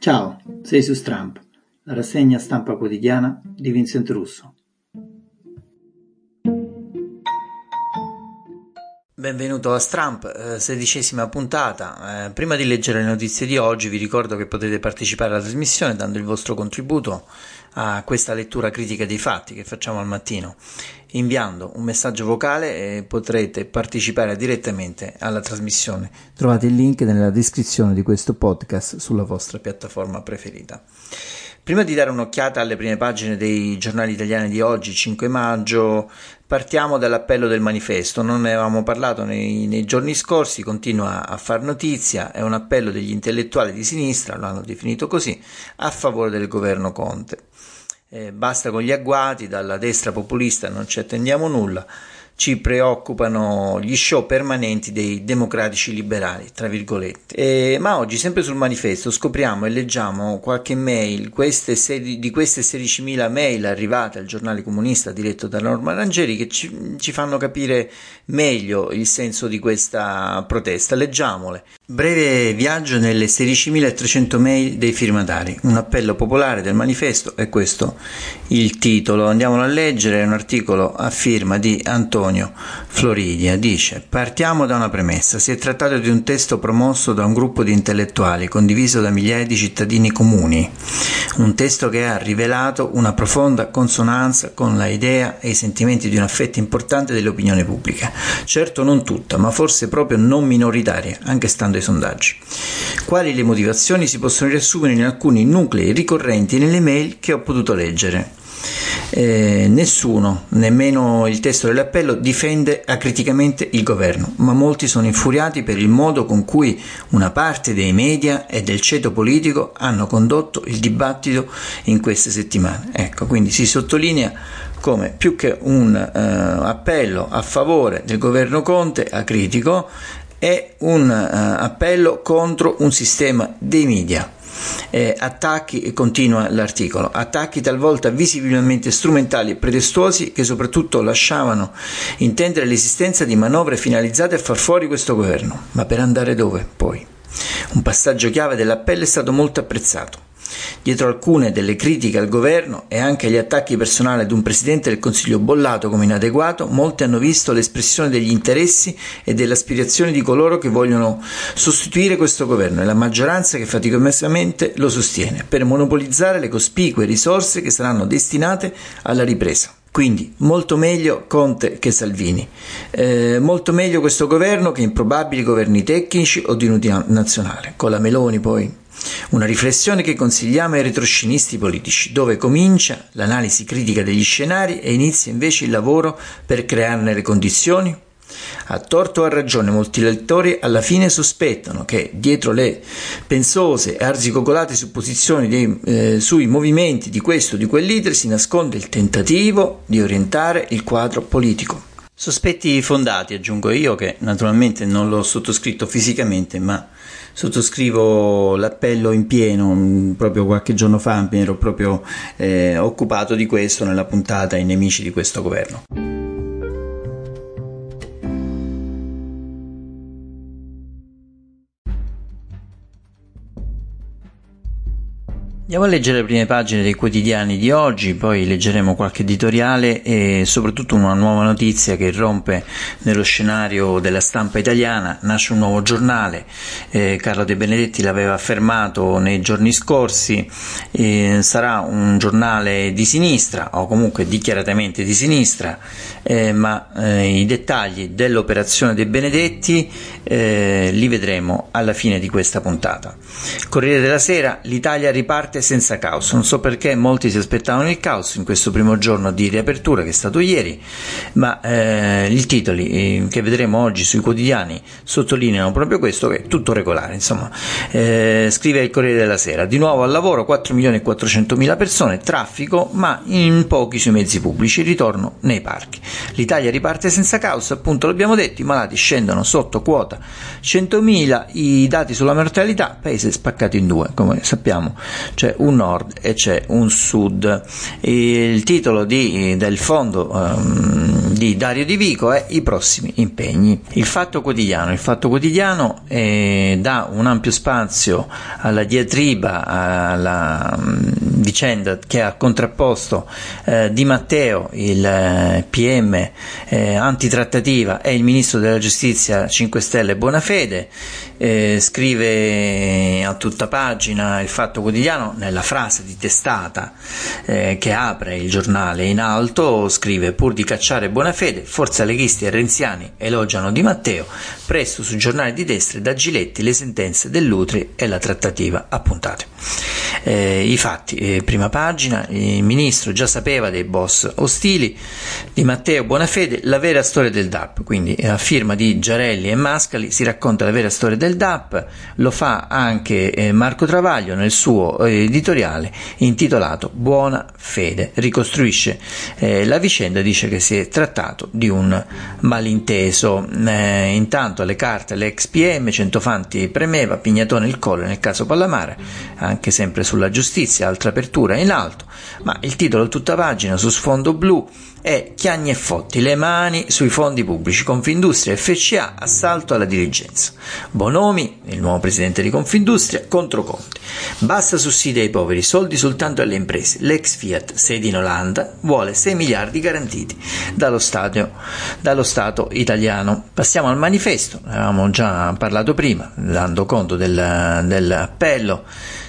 Ciao, sei su Stramp, la rassegna stampa quotidiana di Vincent Russo. Benvenuto a Stramp, 16ª puntata. Prima di leggere le notizie di oggi vi ricordo che potete partecipare alla trasmissione dando il vostro contributo a questa lettura critica dei fatti che facciamo al mattino. Inviando un messaggio vocale potrete partecipare direttamente alla trasmissione. Trovate il link nella descrizione di questo podcast sulla vostra piattaforma preferita. Prima di dare un'occhiata alle prime pagine dei giornali italiani di oggi, 5 maggio, partiamo dall'appello del manifesto. Non ne avevamo parlato nei giorni scorsi, continua a far notizia. È un appello degli intellettuali di sinistra, lo hanno definito così, a favore del governo Conte. Basta con gli agguati, dalla destra populista non ci attendiamo nulla, ci preoccupano gli show permanenti dei democratici liberali, tra virgolette. Ma oggi, sempre sul manifesto, scopriamo e leggiamo qualche mail, di queste 16.000 mail arrivate al giornale comunista diretto da Norma Rangeri, che ci fanno capire meglio il senso di questa protesta. Leggiamole. Breve viaggio nelle 16.300 mail dei firmatari, un appello popolare del manifesto, è questo il titolo. Andiamolo a leggere, è un articolo a firma di Antonio Floridia. Dice: partiamo da una premessa. Si è trattato di un testo promosso da un gruppo di intellettuali, condiviso da migliaia di cittadini comuni, un testo che ha rivelato una profonda consonanza con la idea e i sentimenti di un affetto importante dell'opinione pubblica, certo non tutta, ma forse proprio non minoritaria, anche stando ai sondaggi. Quali le motivazioni si possono riassumere in alcuni nuclei ricorrenti nelle mail che ho potuto leggere. Nessuno, nemmeno il testo dell'appello, difende acriticamente il governo, ma molti sono infuriati per il modo con cui una parte dei media e del ceto politico hanno condotto il dibattito in queste settimane. Ecco, quindi si sottolinea come più che un appello a favore del governo Conte acritico è un appello contro un sistema dei media. Attacchi, continua l'articolo, attacchi talvolta visibilmente strumentali e pretestuosi che soprattutto lasciavano intendere l'esistenza di manovre finalizzate a far fuori questo governo. Ma per andare dove, poi? Un passaggio chiave dell'appello è stato molto apprezzato. Dietro alcune delle critiche al governo e anche agli attacchi personali ad un presidente del Consiglio bollato come inadeguato, molti hanno visto l'espressione degli interessi e delle aspirazioni di coloro che vogliono sostituire questo governo e la maggioranza che faticosamente lo sostiene, per monopolizzare le cospicue risorse che saranno destinate alla ripresa. Quindi molto meglio Conte che Salvini, molto meglio questo governo che improbabili governi tecnici o di unità nazionale, con la Meloni poi. Una riflessione che consigliamo ai retroscenisti politici, dove comincia l'analisi critica degli scenari e inizia invece il lavoro per crearne le condizioni? A torto o a ragione, molti lettori alla fine sospettano che dietro le pensose e arzigogolate supposizioni sui movimenti di questo o di quel leader si nasconde il tentativo di orientare il quadro politico. Sospetti fondati, aggiungo io, che naturalmente non l'ho sottoscritto fisicamente, ma sottoscrivo l'appello in pieno. Proprio qualche giorno fa mi ero proprio occupato di questo nella puntata I nemici di questo governo. Andiamo a leggere le prime pagine dei quotidiani di oggi, poi leggeremo qualche editoriale e soprattutto una nuova notizia che irrompe nello scenario della stampa italiana. Nasce un nuovo giornale, Carlo De Benedetti l'aveva affermato nei giorni scorsi, sarà un giornale di sinistra o comunque dichiaratamente di sinistra, ma i dettagli dell'operazione De Benedetti li vedremo alla fine di questa puntata. Corriere della Sera: l'Italia riparte senza caos. Non so perché molti si aspettavano il caos in questo primo giorno di riapertura che è stato ieri, ma i titoli che vedremo oggi sui quotidiani sottolineano proprio questo, che è tutto regolare. Insomma, scrive il Corriere della Sera: di nuovo al lavoro 4.400.000 persone, traffico ma in pochi sui mezzi pubblici, ritorno nei parchi. L'Italia riparte senza caos, appunto l'abbiamo detto, i malati scendono sotto quota 100.000, i dati sulla mortalità, paese spaccato in due, come sappiamo c'è un nord e c'è un sud. Il titolo del fondo di Dario Di Vico è I prossimi impegni. Il Fatto Quotidiano dà un ampio spazio alla diatriba, alla vicenda che ha contrapposto Di Matteo, il PM antitrattativa, e il ministro della giustizia 5 Stelle Bonafede. Scrive a tutta pagina il Fatto Quotidiano, nella frase di testata che apre il giornale in alto, scrive: pur di cacciare Bonafede, forza leghisti e renziani elogiano Di Matteo, presto su giornali di destra da Giletti le sentenze dell'Utri e la trattativa, appuntate. I fatti, prima pagina, il ministro già sapeva dei boss ostili, Di Matteo, Bonafede, la vera storia del DAP, quindi a firma di Giarelli e Mascali si racconta la vera storia del DAP, lo fa anche Marco Travaglio nel suo editoriale intitolato Buona Fede, ricostruisce la vicenda, dice che si è trattato di un malinteso. Intanto alle carte l'ex PM, Centofanti premeva, Pignatone il collo nel caso Pallamare, anche sempre sulla giustizia, altra apertura in alto, ma il titolo tutta pagina su sfondo blu è Chiagni e Fotti, le mani sui fondi pubblici, Confindustria e FCA, assalto alla dirigenza. Bonomi, il nuovo presidente di Confindustria, contro Conte. Basta sussidi ai poveri, soldi soltanto alle imprese. L'ex Fiat, sede in Olanda, vuole 6 miliardi garantiti dallo Stato italiano. Passiamo al manifesto, ne avevamo già parlato prima, dando conto dell'appello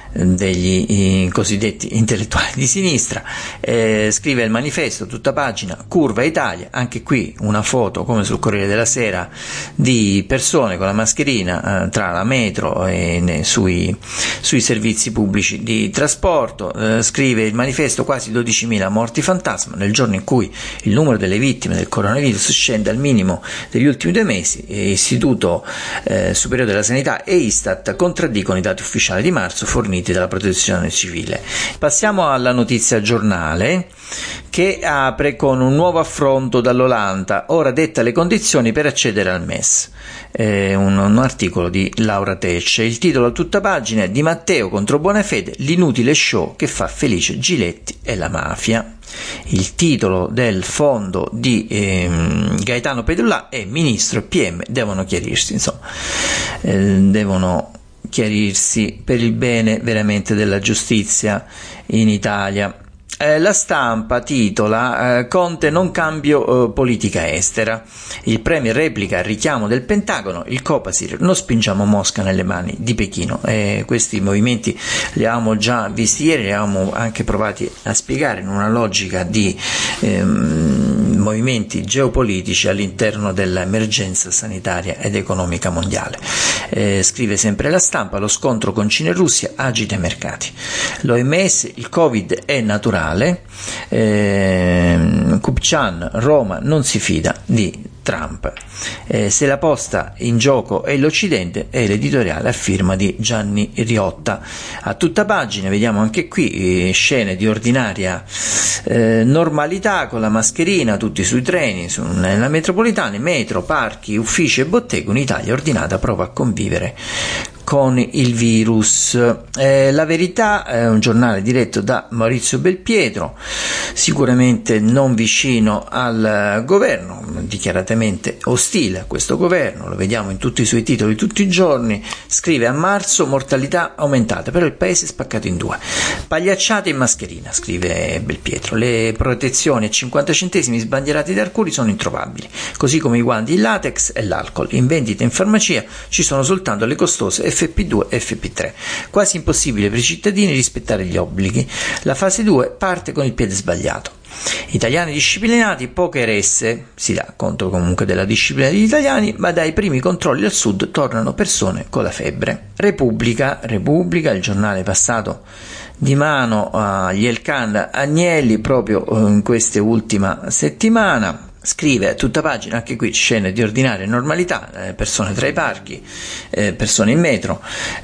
degli cosiddetti intellettuali di sinistra. Scrive il manifesto, tutta pagina, Curva Italia, anche qui una foto come sul Corriere della Sera di persone con la mascherina tra la metro e sui servizi pubblici di trasporto. Scrive il manifesto, quasi 12.000 morti fantasma nel giorno in cui il numero delle vittime del coronavirus scende al minimo degli ultimi 2 mesi. Istituto Superiore della Sanità e Istat contraddicono i dati ufficiali di marzo forniti dalla Protezione Civile. Passiamo alla notizia giornale, che apre con un nuovo affronto dall'Olanda, ora detta le condizioni per accedere al MES. Un articolo di Laura Tecce. Il titolo a tutta pagina è Di Matteo contro Bonafede, l'inutile show che fa felice Giletti e la mafia. Il titolo del fondo di Gaetano Pedullà è Ministro e PM devono chiarirsi, insomma, devono chiarirsi per il bene veramente della giustizia in Italia. La Stampa titola Conte non cambio politica estera, il premier replica al richiamo del Pentagono, il Copasir non spingiamo Mosca nelle mani di Pechino. Questi movimenti li avevamo già visti ieri, li avevamo anche provati a spiegare in una logica di movimenti geopolitici all'interno dell'emergenza sanitaria ed economica mondiale. Scrive sempre la Stampa, lo scontro con Cina e Russia agita i mercati. L'OMS, il Covid è naturale. Kupchan, Roma non si fida di Trump. Se la posta in gioco è l'Occidente, è l'editoriale a firma di Gianni Riotta. A tutta pagina vediamo anche qui scene di ordinaria normalità, con la mascherina tutti sui treni, nella metropolitana, metro, parchi, uffici e botteghe. Un'Italia ordinata prova a convivere con il virus. La Verità è un giornale diretto da Maurizio Belpietro, sicuramente non vicino al governo, dichiaratamente ostile a questo governo, lo vediamo in tutti i suoi titoli tutti i giorni. Scrive a marzo mortalità aumentata, però il paese è spaccato in due. Pagliacciate in mascherina, scrive Belpietro, le protezioni a 50 centesimi sbandierate da Arcuri sono introvabili, così come i guanti in latex e l'alcol. In vendita in farmacia ci sono soltanto le costose FP2 e FP3. Quasi impossibile per i cittadini rispettare gli obblighi. La fase 2 parte con il piede sbagliato. Italiani disciplinati, poche resse, si dà conto comunque della disciplina degli italiani, ma dai primi controlli al sud tornano persone con la febbre. Repubblica, il giornale passato di mano agli Elkann Agnelli proprio in questa ultima settimana. Scrive a tutta pagina, anche qui scene di ordinaria normalità, persone tra i parchi, persone in metro,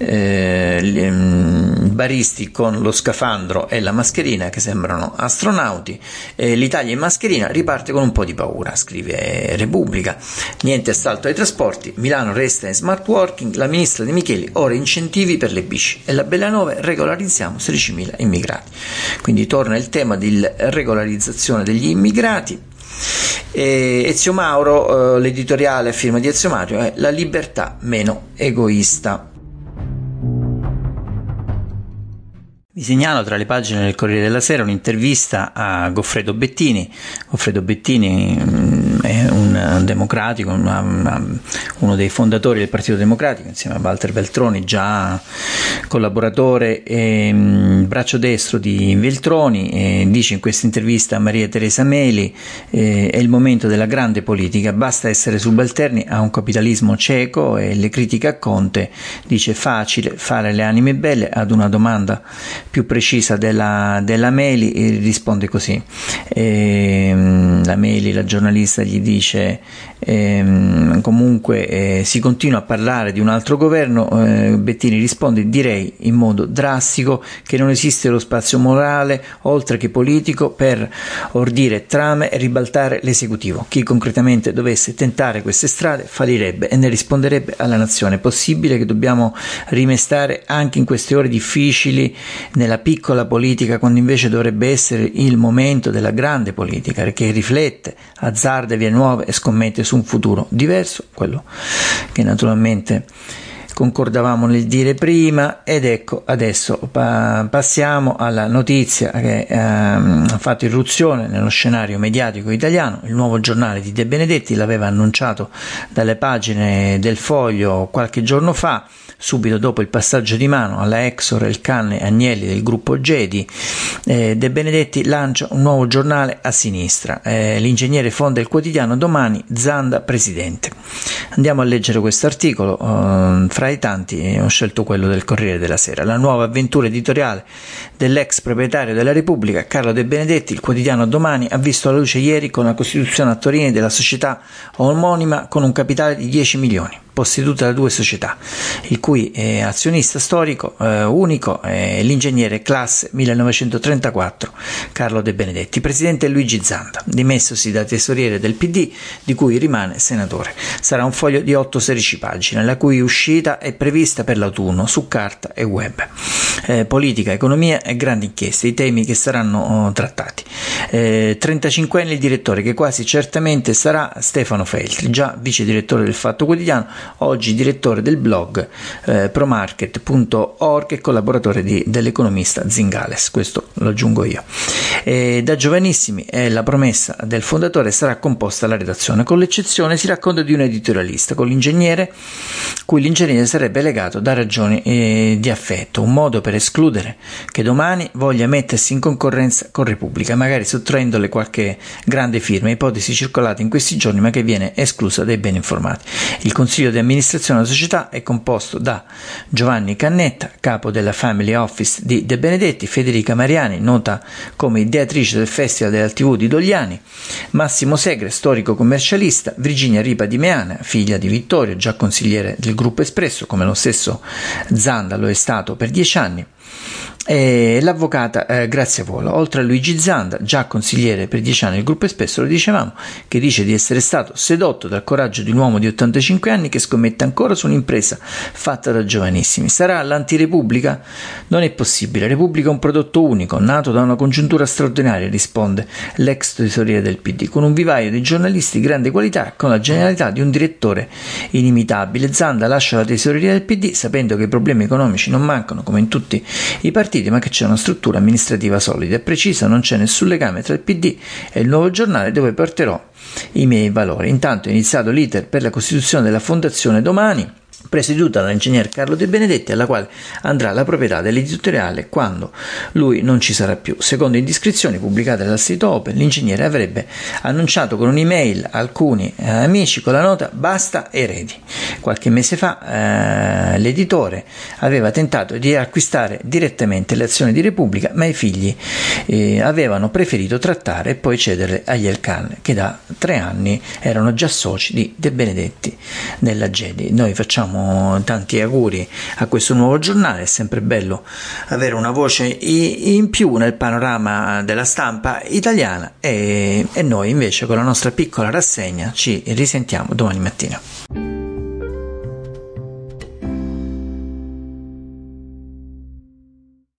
baristi con lo scafandro e la mascherina che sembrano astronauti, l'Italia in mascherina riparte con un po' di paura, scrive Repubblica, niente assalto ai trasporti, Milano resta in smart working, la ministra De Micheli, ora incentivi per le bici e la Bellanova regolarizziamo 16.000 immigrati, quindi torna il tema di regolarizzazione degli immigrati. Ezio Mauro, l'editoriale a firma di Ezio Mauro è La libertà meno egoista. Vi segnalo tra le pagine del Corriere della Sera un'intervista a Goffredo Bettini. Goffredo Bettini è un democratico, uno dei fondatori del Partito Democratico, insieme a Walter Veltroni, già collaboratore e braccio destro di Veltroni, dice in questa intervista a Maria Teresa Meli: è il momento della grande politica, basta essere subalterni a un capitalismo cieco, e le critiche a Conte, dice facile fare le anime belle. Ad una domanda più precisa della Meli risponde così, la Meli, la giornalista, gli dice comunque si continua a parlare di un altro governo. Bettini risponde: direi in modo drastico che non esiste lo spazio morale oltre che politico per ordire trame e ribaltare l'esecutivo. Chi concretamente dovesse tentare queste strade fallirebbe e ne risponderebbe alla nazione. È possibile che dobbiamo rimestare anche in queste ore difficili nella piccola politica, quando invece dovrebbe essere il momento della grande politica, che riflette, azzarda vie nuove e scommette su un futuro diverso, quello che naturalmente concordavamo nel dire prima. Ed ecco, adesso passiamo alla notizia che ha fatto irruzione nello scenario mediatico italiano. Il Nuovo Giornale di De Benedetti l'aveva annunciato dalle pagine del Foglio qualche giorno fa, subito dopo il passaggio di mano alla Exor Elkann e Agnelli del gruppo Gedi. De Benedetti lancia un nuovo giornale a sinistra, l'ingegnere fonda il quotidiano Domani, Zanda presidente. Andiamo a leggere questo articolo, fra i tanti ho scelto quello del Corriere della Sera. La nuova avventura editoriale dell'ex proprietario della Repubblica, Carlo De Benedetti. Il quotidiano Domani ha visto la luce ieri con la costituzione a Torino della società omonima con un capitale di 10 milioni. Posseduta da due società, il cui azionista storico unico è l'ingegnere classe 1934 Carlo De Benedetti. Presidente Luigi Zanda, dimessosi da tesoriere del PD, di cui rimane senatore. Sarà un foglio di 8-16 pagine, la cui uscita è prevista per l'autunno su carta e web. Politica, economia e grandi inchieste, i temi che saranno trattati. 35enne il direttore, che quasi certamente sarà Stefano Feltri, già vice direttore del Fatto Quotidiano, oggi direttore del blog promarket.org e collaboratore dell'economista Zingales, questo lo aggiungo io. Da giovanissimi la promessa del fondatore: sarà composta la redazione, con l'eccezione, si racconta, di un editorialista, con l'ingegnere, cui l'ingegnere sarebbe legato da ragioni di affetto, un modo per escludere che Domani voglia mettersi in concorrenza con Repubblica, magari sottraendole qualche grande firma, ipotesi circolate in questi giorni ma che viene esclusa dai ben informati. Il consiglio di amministrazione della società è composto da Giovanni Cannetta, capo della Family Office di De Benedetti, Federica Mariani, nota come ideatrice del Festival della TV di Dogliani, Massimo Segre, storico commercialista, Virginia Ripa di Meana, figlia di Vittorio, già consigliere del Gruppo Espresso, come lo stesso Zanda lo è stato per 10 anni, e l'avvocata Grazia Vola, oltre a Luigi Zanda, già consigliere per 10 anni del Gruppo Espresso, lo dicevamo, che dice di essere stato sedotto dal coraggio di un uomo di 85 anni che scommette ancora su un'impresa fatta da giovanissimi. Sarà l'antirepubblica? Non è possibile, Repubblica è un prodotto unico, nato da una congiuntura straordinaria, risponde l'ex tesoriere del PD, con un vivaio di giornalisti di grande qualità, con la genialità di un direttore inimitabile. Zanda lascia la tesoreria del PD sapendo che i problemi economici non mancano come in tutti i partiti, ma che c'è una struttura amministrativa solida e precisa, non c'è nessun legame tra il PD e il Nuovo Giornale, dove porterò i miei valori. Intanto è iniziato l'iter per la costituzione della Fondazione Domani, presieduta dall'ingegner Carlo De Benedetti, alla quale andrà la proprietà dell'editoriale quando lui non ci sarà più. Secondo indiscrezioni pubblicate dal sito Open, l'ingegnere avrebbe annunciato con un'email a alcuni amici con la nota "basta eredi". Qualche mese fa l'editore aveva tentato di acquistare direttamente le azioni di Repubblica, ma i figli avevano preferito trattare e poi cederle agli Elkann, che da 3 anni erano già soci di De Benedetti nella Gedi. Noi facciamo tanti auguri a questo nuovo giornale, è sempre bello avere una voce in più nel panorama della stampa italiana, e noi invece con la nostra piccola rassegna ci risentiamo domani mattina.